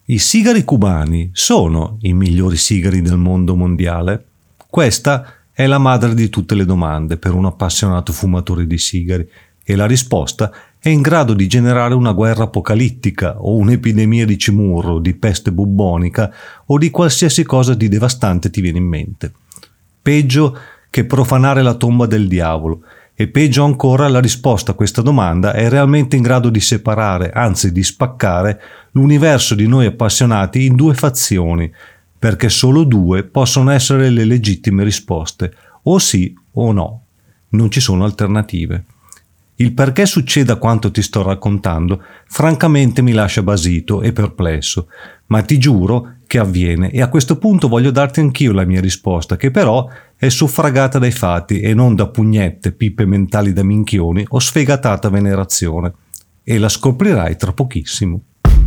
I sigari cubani sono i migliori sigari del mondo mondiale? Questa è la madre di tutte le domande per un appassionato fumatore di sigari e la risposta è in grado di generare una guerra apocalittica o un'epidemia di cimurro, di peste bubbonica o di qualsiasi cosa di devastante ti viene in mente. Peggio che profanare la tomba del diavolo. E peggio ancora, la risposta a questa domanda è realmente in grado di separare, anzi di spaccare, l'universo di noi appassionati in due fazioni, perché solo due possono essere le legittime risposte, o sì o no. Non ci sono alternative. Il perché succeda quanto ti sto raccontando, francamente mi lascia basito e perplesso, ma ti giuro che avviene e a questo punto voglio darti anch'io la mia risposta, che però è suffragata dai fatti e non da pugnette, pippe mentali da minchioni o sfegatata venerazione. E la scoprirai tra pochissimo.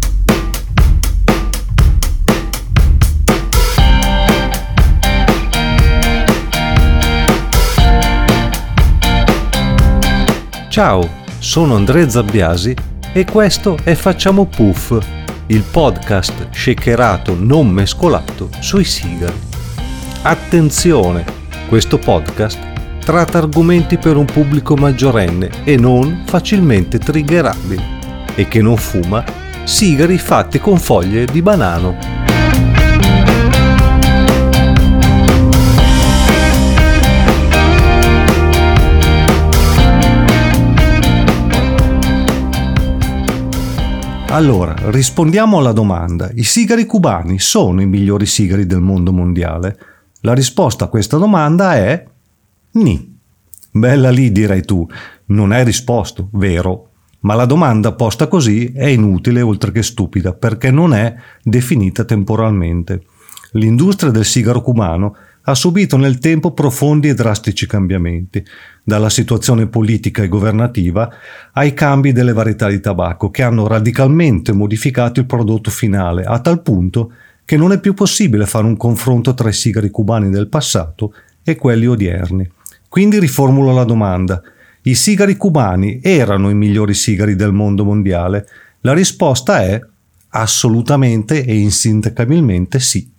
Ciao, sono Andrea Zabbiasi e questo è Facciamo Puff, il podcast shakerato non mescolato sui sigari. Attenzione, questo podcast tratta argomenti per un pubblico maggiorenne e non facilmente triggerabili e che non fuma sigari fatti con foglie di banano. Allora, rispondiamo alla domanda: i sigari cubani sono i migliori sigari del mondo mondiale? La risposta a questa domanda è ni. Bella lì, direi tu. Non hai risposto, vero? Ma la domanda posta così è inutile oltre che stupida, perché non è definita temporalmente. L'industria del sigaro cubano ha subito nel tempo profondi e drastici cambiamenti, dalla situazione politica e governativa ai cambi delle varietà di tabacco che hanno radicalmente modificato il prodotto finale, a tal punto che non è più possibile fare un confronto tra i sigari cubani del passato e quelli odierni. Quindi riformulo la domanda: i sigari cubani erano i migliori sigari del mondo mondiale? La risposta è assolutamente e insindacabilmente sì.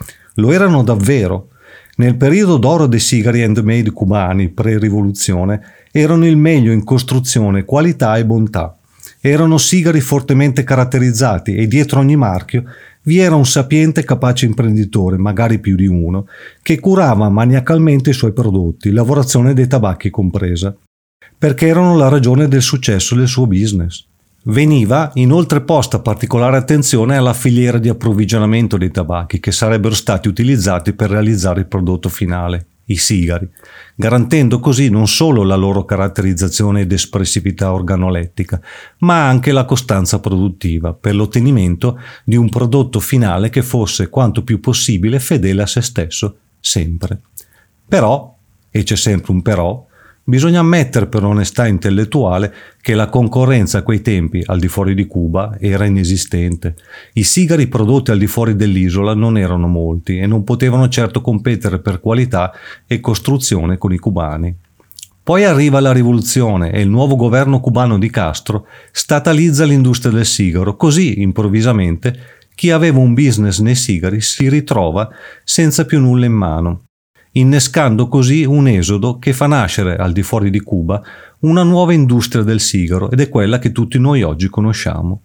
Lo erano davvero. Nel periodo d'oro dei sigari handmade cubani, pre-rivoluzione, erano il meglio in costruzione, qualità e bontà. Erano sigari fortemente caratterizzati e dietro ogni marchio vi era un sapiente e capace imprenditore, magari più di uno, che curava maniacalmente i suoi prodotti, lavorazione dei tabacchi compresa, perché erano la ragione del successo del suo business. Veniva inoltre posta particolare attenzione alla filiera di approvvigionamento dei tabacchi che sarebbero stati utilizzati per realizzare il prodotto finale, i sigari, garantendo così non solo la loro caratterizzazione ed espressività organolettica, ma anche la costanza produttiva per l'ottenimento di un prodotto finale che fosse quanto più possibile fedele a se stesso, sempre. Però, e c'è sempre un però, bisogna ammettere per onestà intellettuale che la concorrenza a quei tempi, al di fuori di Cuba, era inesistente. I sigari prodotti al di fuori dell'isola non erano molti e non potevano certo competere per qualità e costruzione con i cubani. Poi arriva la rivoluzione e il nuovo governo cubano di Castro statalizza l'industria del sigaro, così improvvisamente chi aveva un business nei sigari si ritrova senza più nulla in mano, innescando così un esodo che fa nascere al di fuori di Cuba una nuova industria del sigaro ed è quella che tutti noi oggi conosciamo.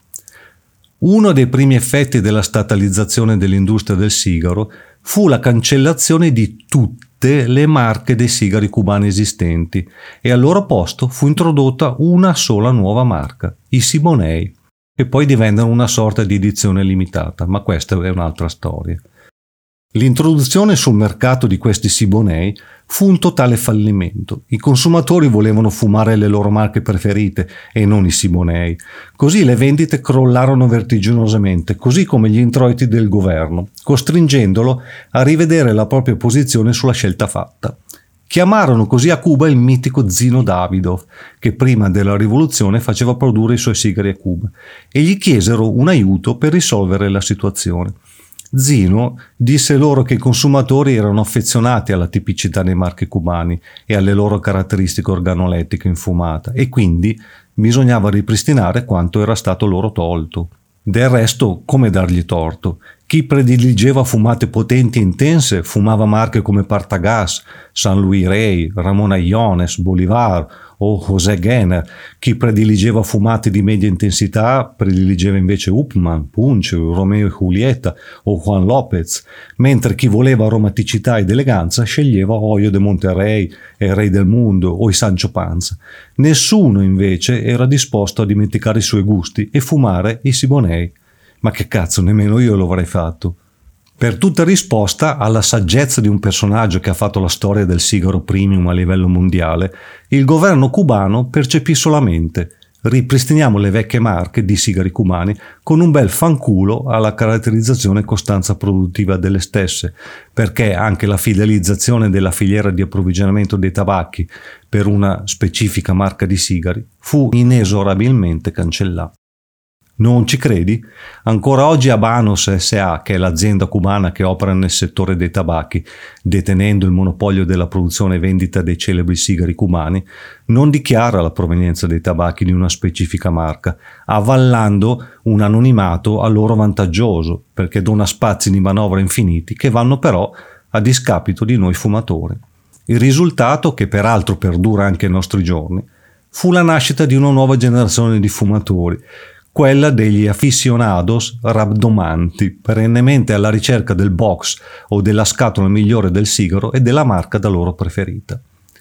Uno dei primi effetti della statalizzazione dell'industria del sigaro fu la cancellazione di tutte le marche dei sigari cubani esistenti e al loro posto fu introdotta una sola nuova marca, i Siboney, che poi divennero una sorta di edizione limitata, ma questa è un'altra storia. L'introduzione sul mercato di questi Siboney fu un totale fallimento. I consumatori volevano fumare le loro marche preferite e non i Siboney. Così le vendite crollarono vertiginosamente, così come gli introiti del governo, costringendolo a rivedere la propria posizione sulla scelta fatta. Chiamarono così a Cuba il mitico Zino Davidoff, che prima della rivoluzione faceva produrre i suoi sigari a Cuba, e gli chiesero un aiuto per risolvere la situazione. Zino disse loro che i consumatori erano affezionati alla tipicità dei marchi cubani e alle loro caratteristiche organolettiche in fumata e quindi bisognava ripristinare quanto era stato loro tolto. Del resto, come dargli torto? Chi prediligeva fumate potenti e intense fumava marche come Partagas, San Luis Rey, Ramon Allones, Bolivar o José Genner. Chi prediligeva fumate di media intensità prediligeva invece Upmann, Punch, Romeo e Julieta o Juan López, mentre chi voleva aromaticità ed eleganza sceglieva Hoyo de Monterrey, El Rey del Mundo o i Sancho Panza. Nessuno invece era disposto a dimenticare i suoi gusti e fumare i Siboney. Ma che cazzo, nemmeno io lo avrei fatto. Per tutta risposta alla saggezza di un personaggio che ha fatto la storia del sigaro premium a livello mondiale, il governo cubano percepì solamente: ripristiniamo le vecchie marche di sigari cubani con un bel fanculo alla caratterizzazione e costanza produttiva delle stesse, perché anche la fidelizzazione della filiera di approvvigionamento dei tabacchi per una specifica marca di sigari fu inesorabilmente cancellata. Non ci credi? Ancora oggi Habanos S.A., che è l'azienda cubana che opera nel settore dei tabacchi, detenendo il monopolio della produzione e vendita dei celebri sigari cubani, non dichiara la provenienza dei tabacchi di una specifica marca, avvallando un anonimato a loro vantaggioso, perché dona spazi di manovra infiniti che vanno però a discapito di noi fumatori. Il risultato, che peraltro perdura anche ai nostri giorni, fu la nascita di una nuova generazione di fumatori, quella degli aficionados rabdomanti, perennemente alla ricerca del box o della scatola migliore del sigaro e della marca da loro preferita.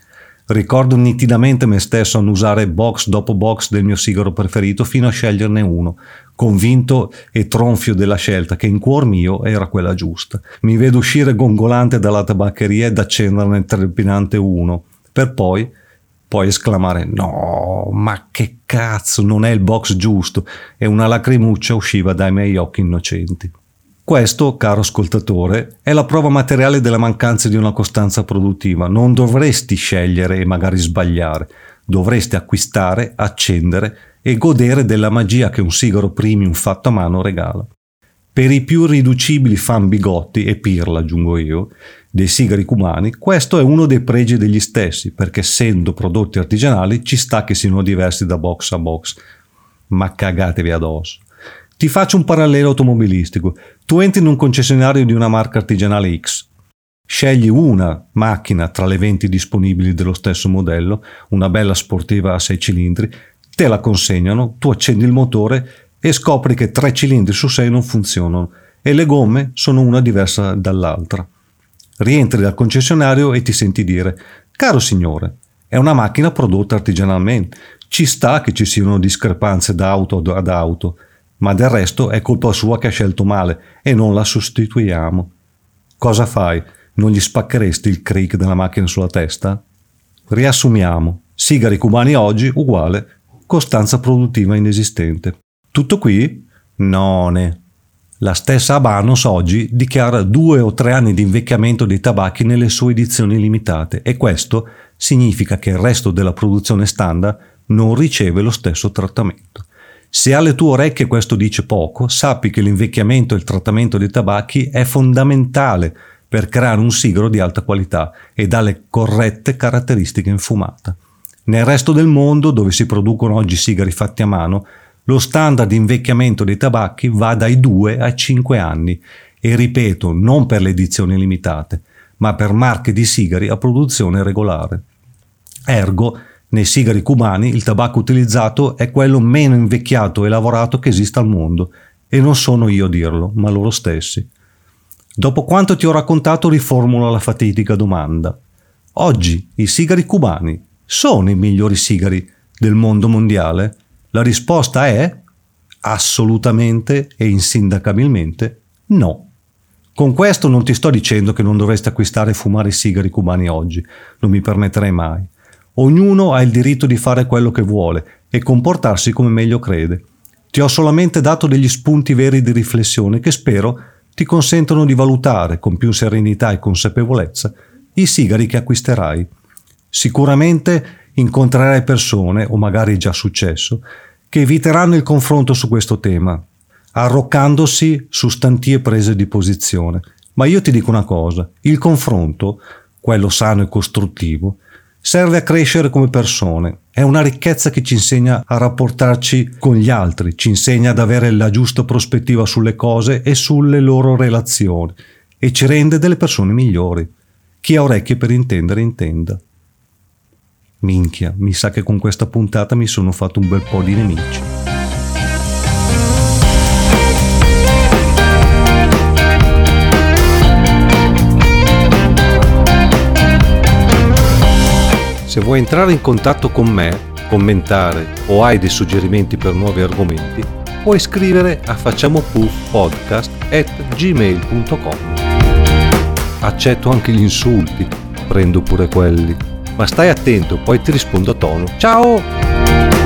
Ricordo nitidamente me stesso annusare box dopo box del mio sigaro preferito fino a sceglierne uno, convinto e tronfio della scelta che in cuor mio era quella giusta. Mi vedo uscire gongolante dalla tabaccheria ed accenderne trepidante uno, per poi esclamare: no, ma che cazzo, non è il box giusto, e una lacrimuccia usciva dai miei occhi innocenti. Questo, caro ascoltatore, è la prova materiale della mancanza di una costanza produttiva. Non dovresti scegliere e magari sbagliare, dovresti acquistare, accendere e godere della magia che un sigaro premium fatto a mano regala. Per i più riducibili fan bigotti, e pirla aggiungo io, dei sigari cubani, questo è uno dei pregi degli stessi, perché essendo prodotti artigianali ci sta che siano diversi da box a box. Ma cagatevi addosso. Ti faccio un parallelo automobilistico. Tu entri in un concessionario di una marca artigianale X. Scegli una macchina tra le 20 disponibili dello stesso modello, una bella sportiva a 6 cilindri, te la consegnano, tu accendi il motore e scopri che 3 cilindri su 6 non funzionano e le gomme sono una diversa dall'altra. Rientri dal concessionario e ti senti dire: caro signore, è una macchina prodotta artigianalmente, ci sta che ci siano discrepanze da auto ad auto, ma del resto è colpa sua che ha scelto male e non la sostituiamo. Cosa fai? Non gli spaccheresti il crick della macchina sulla testa? Riassumiamo: sigari cubani oggi uguale costanza produttiva inesistente. Tutto qui? No. La stessa Habanos oggi dichiara 2 o 3 anni di invecchiamento dei tabacchi nelle sue edizioni limitate, e questo significa che il resto della produzione standard non riceve lo stesso trattamento. Se alle tue orecchie questo dice poco, sappi che l'invecchiamento e il trattamento dei tabacchi è fondamentale per creare un sigaro di alta qualità e dalle corrette caratteristiche in fumata. Nel resto del mondo, dove si producono oggi sigari fatti a mano, lo standard di invecchiamento dei tabacchi va dai 2 ai 5 anni e, ripeto, non per le edizioni limitate, ma per marche di sigari a produzione regolare. Ergo, nei sigari cubani il tabacco utilizzato è quello meno invecchiato e lavorato che esista al mondo, e non sono io a dirlo, ma loro stessi. Dopo quanto ti ho raccontato, riformulo la fatidica domanda. Oggi i sigari cubani sono i migliori sigari del mondo mondiale? La risposta è assolutamente e insindacabilmente no. Con questo non ti sto dicendo che non dovresti acquistare e fumare i sigari cubani oggi, non mi permetterei mai. Ognuno ha il diritto di fare quello che vuole e comportarsi come meglio crede. Ti ho solamente dato degli spunti veri di riflessione che spero ti consentono di valutare con più serenità e consapevolezza i sigari che acquisterai. Sicuramente incontrerai persone, o magari è già successo, che eviteranno il confronto su questo tema, arroccandosi su stantie prese di posizione. Ma io ti dico una cosa: il confronto, quello sano e costruttivo, serve a crescere come persone. È una ricchezza che ci insegna a rapportarci con gli altri, ci insegna ad avere la giusta prospettiva sulle cose e sulle loro relazioni e ci rende delle persone migliori. Chi ha orecchie per intendere, intenda. Minchia, mi sa che con questa puntata mi sono fatto un bel po' di nemici. Se vuoi entrare in contatto con me, commentare o hai dei suggerimenti per nuovi argomenti, puoi scrivere a facciamopuffpodcast@gmail.com. Accetto anche gli insulti, prendo pure quelli, ma stai attento, poi ti rispondo a tono. Ciao!